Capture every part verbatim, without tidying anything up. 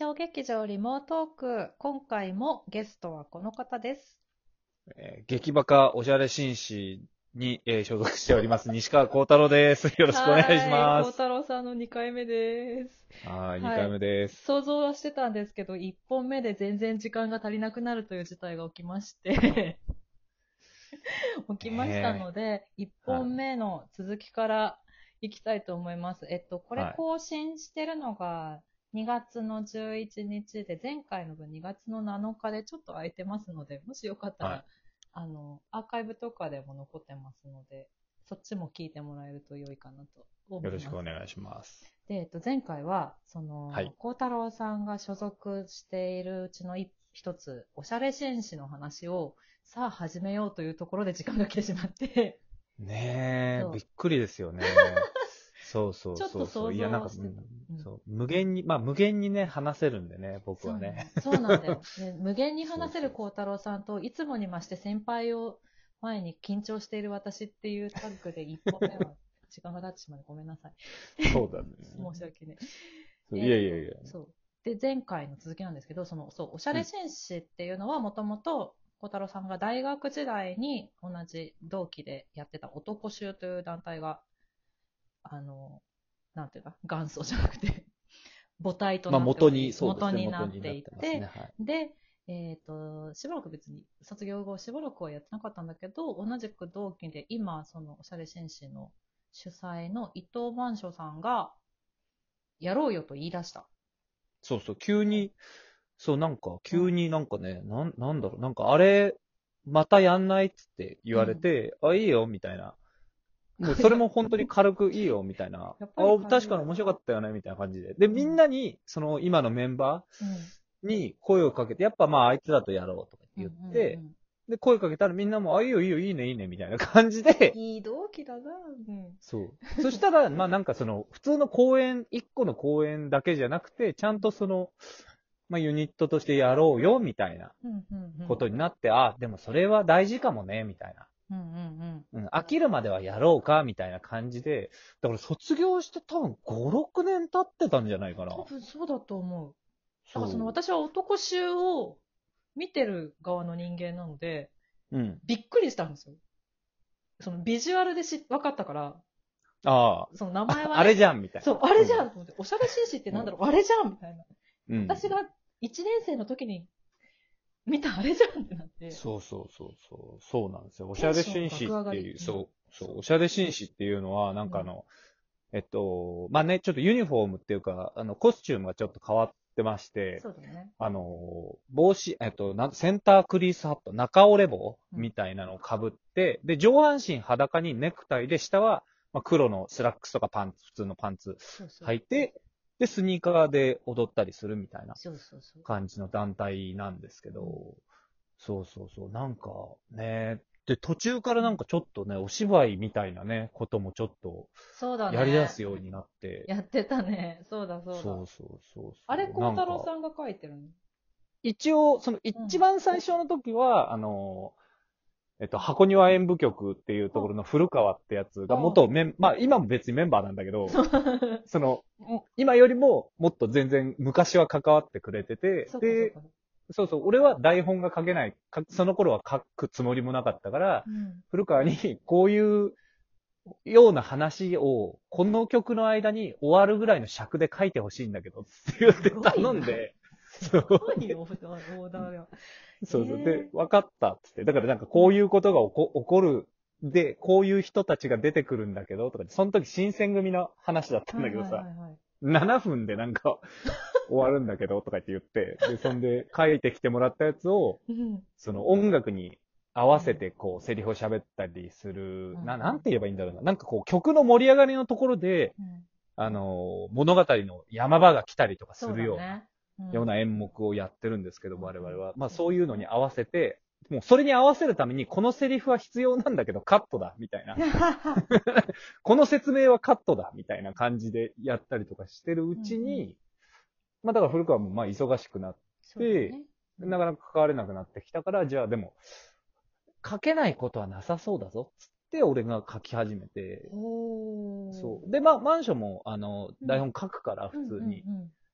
小劇場リモートーク、今回もゲストはこの方です。 えー劇バカおしゃれ紳士に、えー所属しております、西川幸太郎です。よろしくお願いしはーい、 ます。 孝太郎さんのにかいめです。 はい、2 はい。 回目です。 想像はしてたんですけど、いっぽんめで全然時間が足りなくなるという事態が起きまして、起きましたねので、1 え。は本い。 目の続きからいきたいと思います。えっと、これはい。 更新してるのがにがつのじゅういちにちで、前回の分にがつのなのかでちょっと空いてますので、もしよかったら、 はあの、アーカイブとかでも残ってますので、そっちも聞いてもらえると良いかなとい。よろ思います。 しくお願いします。 で、えっと、前回は、その、 はい。 孝太郎さんが所属しているうちのい一つ、おしゃれ紳士の話を、さあ始めようというところで時間が来てしまって、 ねえ、 そう、 びっくりですよね。そうそうちょっとそうそう。 想いや、なんか、う像してた。 ん、 うん。 そう、無限に、まあ無限にね、話せるんでね、僕そうなの。 はね。 そうなんだよ。で、無限にそうそうそ話せる孝太郎さんと、いつもに増して先輩を前に緊張している私っていうタッグでいっぽんめは時間が経ってしまう。ごめんなさい。 う。そうだね。 申し訳ね。 そういえっと、 やいやいや。 そう。で、前回の続きなんですけど、その、そう、おしゃれうん。 紳士っていうのはもともと、孝太郎さんが大学時代に同じ同期でやってた男衆という団体が、あの、なんていうか、元祖じゃなくて母体とまあなっており、 元に、そうですね、 元にな元になっっていてますね。 て、 はい。 で、えっ、と、しばらく別に卒業後しばらくはやってなかったんだけど、同じく同期で今、そのおしゃれ紳士の主催の伊藤万章さんが、やろうよと言い出した。 そうそう、急で、 に、そう、なんか、 うん、 急になんかね、なん、なんだろう、なんか、あれ、またやんないっつって言われうん。 て、あ、いいよ、みたいな。もう、それも本当に軽くいいよ、みたいな。 やっぱりあ、 軽い。 確かに面白かったよね、みたいな感じで。で、みんうん、 なに、その、今のメンバうん、 ーに声をかけて、やっぱまあ、あいつらとやろうとかうん、う言っん、うて、 ん。 で、声かけたらみんなも、あ、いいよ、いいよ、いいね、いいね、みたいな感じで、 いい同期だな。うん。 そう。そしたら、まあなんかその、普通の公演、一個の公演だけじゃなくて、ちゃんとその、まあユニットとしてやろうよ、みたいな。 うん、うん、うん。 ことになって、あ、でもそれは大事かもね、みたいな。 うん、うん、うん。 うん、飽きるまではやろうか、みたいな感じで、だから卒業して多分ご、ろくねん経ってたんじゃないかな。 多分そうだと思う。だからそのそ私は男衆を見てる側の人間なので、 う。うん。 びっくりしたんですよ。そのビジュアルでし分かったから、 あその名前あ、 はね、 あれじゃん、みたいそう、 な。 あれじゃうん。 んと思って、おしゃれ紳士ってうん。 なんだろう、あれじゃんみたいな。 うん。 私がいちねん生の時に見たあれじゃんってなって、 そうそうそうそう。そうなんですよ。おしゃテンションれ紳士っ爆上がり。 ていう、 うん。 そう、そう、 そおしゃれ紳士っていうのは、なう。うん。 んかあの、えっと、まあね、ちょっとユニフォームっていうか、あの、コスチュームがちょっと変わってまして、 そうだね。 あの、帽子、えっと、なんセンタークリースハット、中折れ帽うん。 みたいなのを被って、で、上半身裸にネクタイで、下は、まあ、黒のスラックスとかパンツ、普通のパンツそうそう。 履いて、で、スニーカーで踊ったりするみたいなそうそうそう。 感じの団体なんですけうん。 ど、そうそうそう、なんかね、で、途中からうん。 なんかちょっとね、お芝居みたいなね、こともちょっとそうだやり出ね。 すようになって、 やってたね。そうだそうだ。 そうそうそうあれ、 そう、な孝太郎んか、 さんが書いてるの？ 一応、そのうん。 一番最初の時は、あの、えっと、箱庭演舞曲っていうところの古川ってやつがああ、 元メン、まあ今も別にメンバーなんだけど、 そう。 その、今よりももっと全然昔は関わってくれてて、で、 そうかそうか。 そうそう、俺は台本が書けない、かその頃は書くつもりもなかったから、 うん。 古川にこういうような話を、この曲の間に終わるぐらいの尺で書いてほしいんだけど、って言ってすごいな。 頼んで、 すそう、 ごいオーダー、オーダーが。えそうそう。で、 え分かったっつって。だからなんかうん。 こういうことが起こ起こる。で、こういう人たちが出てくるんだけど、とか、その時新選組の話だったんはいはいはだけどさ、 いはい。 ななふんでなんか終わるんだけど、とかって言って、で、そんで書いてきてもらったやつを、 うん。 その音楽に合わせうん。 てこう、セリフを喋ったりする、 うん。 な、なんて言えばいいんだろうな。なんかこう、曲の盛り上がりのところで、 うん。 あの、物語の山場が来たりとかすそうるような、 だね。うん。 ような演目をやってるんですけど、 うん。うん。 我々は。まあそういうのに合わせて、もうそれに合わせるために、このセリフは必要なんだけど、カットだ、みたいな。この説明はカットだ、みたいな感じでやったりとかしてるううんうん。 ちに、まあだから古川もまあ忙しくなって、 そうだね。うん。 なかなか関われなくなってきたから、じゃあでも、書けないことはなさそうだぞ、つって俺が書き始めて、 ほー。 そう。で、まあ、マンションも、あの、 うん。 台本書くから、 うんうん普通に。 うん。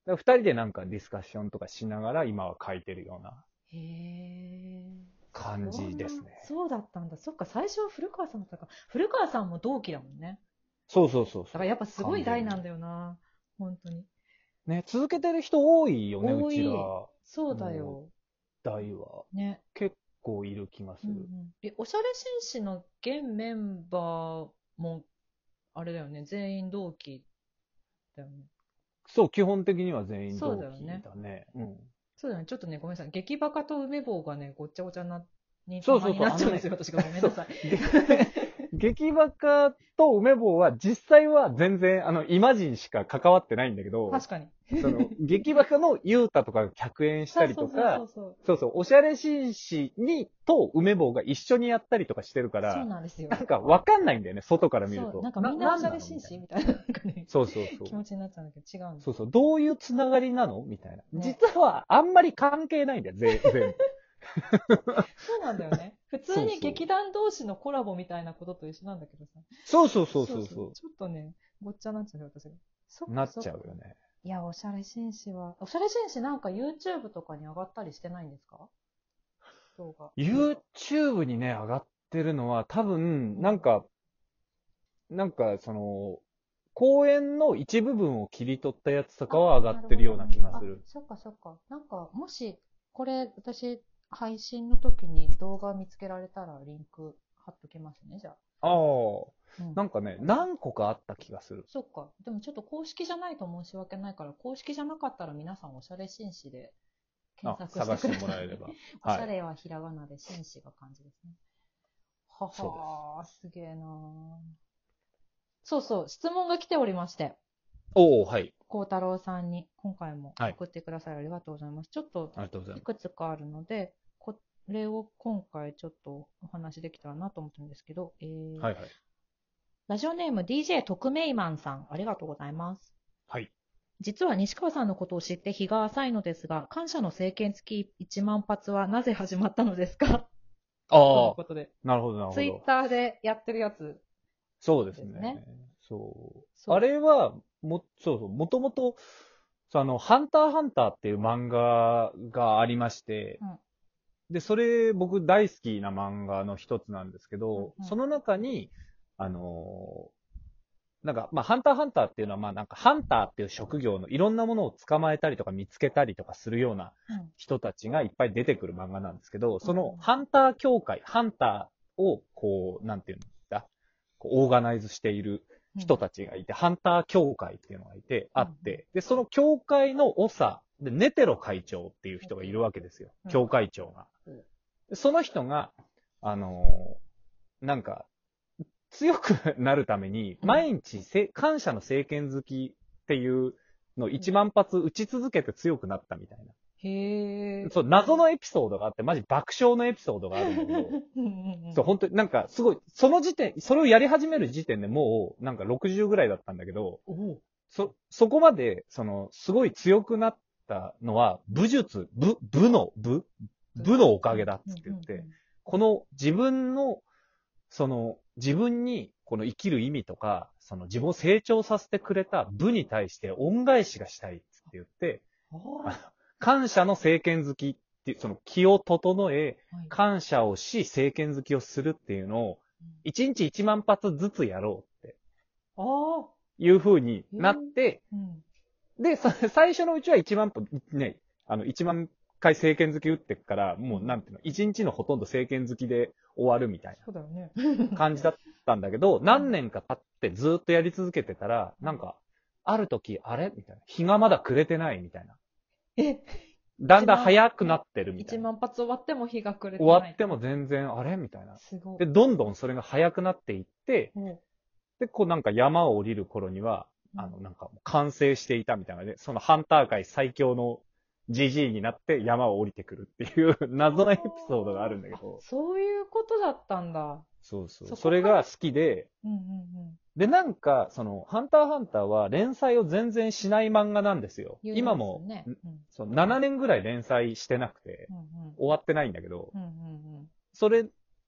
ら二人でなんかディスカッションとかしながら今は書いてるようなへえ。 感じですね。 そうだったんだ。そっか、最初は古川さんだったか。古川さんも同期だもんね。 そうそうそうそう。 だからやっぱすごい代なんだよな。本当に。 ね、続けてる人多いよね、 多い。 うちら。 そうだよ。 代は。 ね。 結構いる気がする。 うんうん、え、おしゃれ紳士の現メンバーも、あれだよね、全員同期だよね。 そう、基本的には全員同期だそうね。 だよね。 うん。 そうだね、ちょっとね、ごめんなさい。激バカと梅棒がね、ごっちゃごちゃな、にたまにそうそうそうなっちゃうんですよ、私が。ごめんなさい。 激バカと梅棒は実際は全然、あの、イマジンしか関わってないんだけど、 確かに。 その、激バカのユータとかが客演したりとか、 そうそうそうそうそう、おしゃれ紳士に、と梅棒が一緒にやったりとかしてるかそう。そうら、 なんですよ。 なんかわかんないんだよね、外から見ると。 そう、なんかみんなおしゃれ紳士みたいな、なんかね、 そうそうそう。 気持ちになっちゃうんだけど、違うんです。 そうそう、どういうつながりなのみたいな。 ね実はあんまり関係ないんだよ、全全部。 そうなんだよね。普通に劇団同士のコラボみたいなことと一緒なんだけどさ。 そうそうそうそうそう。 ちょっとね、ごっちゃなっちゃうよ、私が。そっかなっちゃうよね。 いや、おしゃれ紳士は、おしゃれ紳士なんか YouTube とかに上がったりしてないんですか？動画。 YouTube にね、上がってるのは多分、なんか、なんかその、公演の一部分を切り取ったやつとかは上がってるような気がする。 あ、そっかそっか。なんか、もし、これ、私、配信の時に動画見つけられたらリンク貼っときますね、じゃあ。 ああ、 うん、 なんかね、何個かあった気がする。 そっか。でもちょっと公式じゃないと申し訳ないから、公式じゃなかったら皆さんおしゃれ紳士で検索してくれ探してもらえれば。 おしゃれはひらがなで紳士が漢字ですね。ははー、すげえなー。そうそう、質問が来ておりまして。 おお、はい。 孝太郎さんに今回も送ってくださりありがとうございます。ちょっといくつかあるので、これを今回ちょっとお話できたらなと思ったんですけど、えーはいはい。 ラジオネーム ディージェー 特命マンさん、ありがとうございます。 はい。 実は西川さんのことを知って日が浅いのですが、感謝の政権付きいちまん発はなぜ始まったのですか？ ああ、 ということで。 なるほどなるほど。 ツイッターでやってるやつ。 そうですね。 ですねそうそうあれは、も、そうそう、もともと、あの、ハンターハンターっていう漫画がありまして、 うんで、それ僕大好きな漫画の一つなんですけど、 うんうんその中に、あのーなんか、まあ、ハンターハンターっていうのは、まあ、なんか、ハンターっていう職業のいろんなものを捕まえたりとか見つけたりとかするようなうん人たちがいっぱい出てくる漫画なんですけど、そうんのハンター協会、ハンターを、こう、なんていうんだ、こうオーガナイズしている人たちがいて、ハンター協会っていうのがいて、あって、で、その協会の長、で、ネテロ会長っていう人がいるわけですよ。 うん協会長が。 うんでその人が、あのーなんか、強くなるために、 うん毎日せ、感謝の政権好きっていうのを一万発打ち続けて強くなったみたいな。 へー。 そう、謎のエピソードがあって、マジ爆笑のエピソードがあるんだけど、そう、本当になんかすごい、その時点、それをやり始める時点でもう、なんかろくじゅうぐらいだったんだけど、 おそ、そこまで、その、すごい強くなったのは、武術、武、武の、武武のおかげだっつって言って、この自分の、その、自分に、この生きる意味とか、その自分を成長させてくれた武に対して恩返しがしたいっつって言って、感謝の政権好きっていう、その気を整え、感謝をし、政権好きをするっていうのを、一日一万発ずつやろうっていう風になって、で、最初のうちは一万歩、ね、あの、一万回政権好き打ってから、もうなんていうの、一日のほとんど政権好きで終わるみたいな感じだったんだけど、何年か経ってずっとやり続けてたら、なんか、ある時、あれみたいな。日がまだ暮れてないみたいな。 えだんだん早くなってるみたいな。 一万発終わっても日が暮れて終ない。 わっても全然、あれみたいな。 すごい。 で、どんどんそれが早くなっていって、 うんで、こうなんか山を降りる頃には、あの、なんか完成していたみたいなね、そのハンター界最強のジジイになって山を降りてくるっていう謎のエピソードがあるんだけど。 そういうことだったんだ。 そうそう。 そそれが好きで、 うんうんうんで、なんか、その、ハンターハンターは連載を全然しない漫画なんですよ。 有名です今も、 ねうんそうななねんぐらい連載してなくて、 うんうん終わってないんだけど、 うんうんうんそれ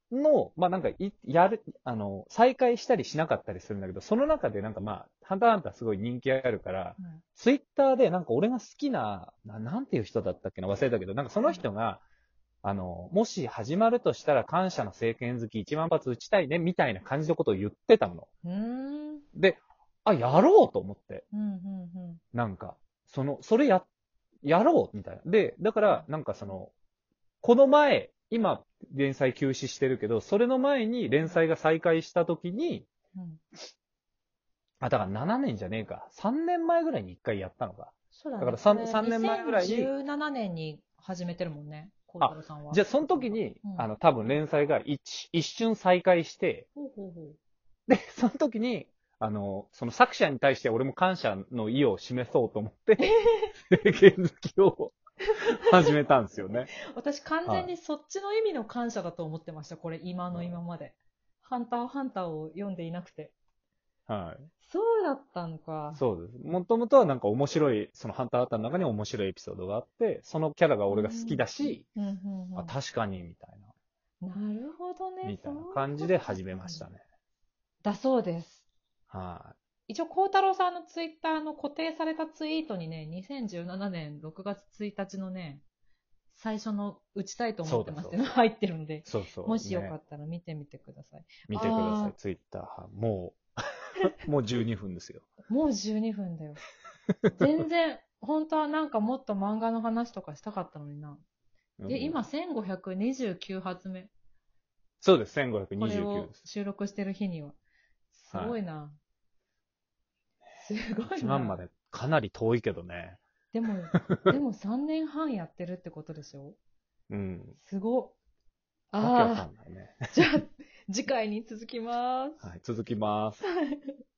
の、まあなんかい、やる、あの、再開したりしなかったりするんだけど、その中でなんかまあ、ハンターハンターすごい人気あるから、 うんツイッターでなんか俺が好きな、ななんていう人だったっけな、忘れたけど、なんかその人が、あの、もし始まるとしたら感謝の政権好きいちまん発撃ちたいね、みたいな感じのことを言ってたの。 うーん。 で、あ、やろうと思って。 うんうんうん。 なんか、その、それや、やろうみたいな。で、だから、なんかその、この前、今、連載休止してるけど、それの前に連載が再開した時に、 うんあ、だからななねんじゃねえか。さんねんまえぐらいにいっかいやったのか。 そうだね。 だからさんこれさんねんまえぐらいににせんじゅうななねんに始めてるもんね、孝太郎さんは。 じゃあその時に、 うんあの、多分連載が一一瞬再開して、 ほうほうほう。 で、その時に、あの、その作者に対して俺も感謝の意を示そうと思って、政権好きを始めたんですよね。 私完全にそっちの意味の感謝だと思ってました、これ今の今まで。ハンターハンターを読んでいなくて。 はい。 そうだったのか。 そうです。もともとはなんか面白い、そのハンターハンターの中に面白いエピソードがあって、そのキャラが俺が好きだし、 うんうんうん、 あ、確かに、みたいな。 なるほどね。 みたいな感じで始めましたね。 だそうです。 は一応、孝太郎さんのツイッターの固定されたツイートにね、にせんじゅうななねんろくがつついたちのね、最初の打ちたいと思ってますっていうのが入ってるので、 そうそう。 もしよかねったら見てみてください。 見てくださあーい、ツイッター。もう、もうじゅうにふんですよ。 もうじゅうにふんだよ。全然、本当はなんかもっと漫画の話とかしたかったのにな。で、 うん今せんごひゃくにじゅうきゅう発目。 そうです、 これせんごひゃくにじゅうきゅうをです。 収録してる日には。すごいな。すごいいちまんな。 までかなり遠いけどね。 でも、でもさんねんはんやってるってことでしょ？ うん。 すごっ。 わけわかあんないね。 あ、じゃあ、次回に続きます。 はい、続きます。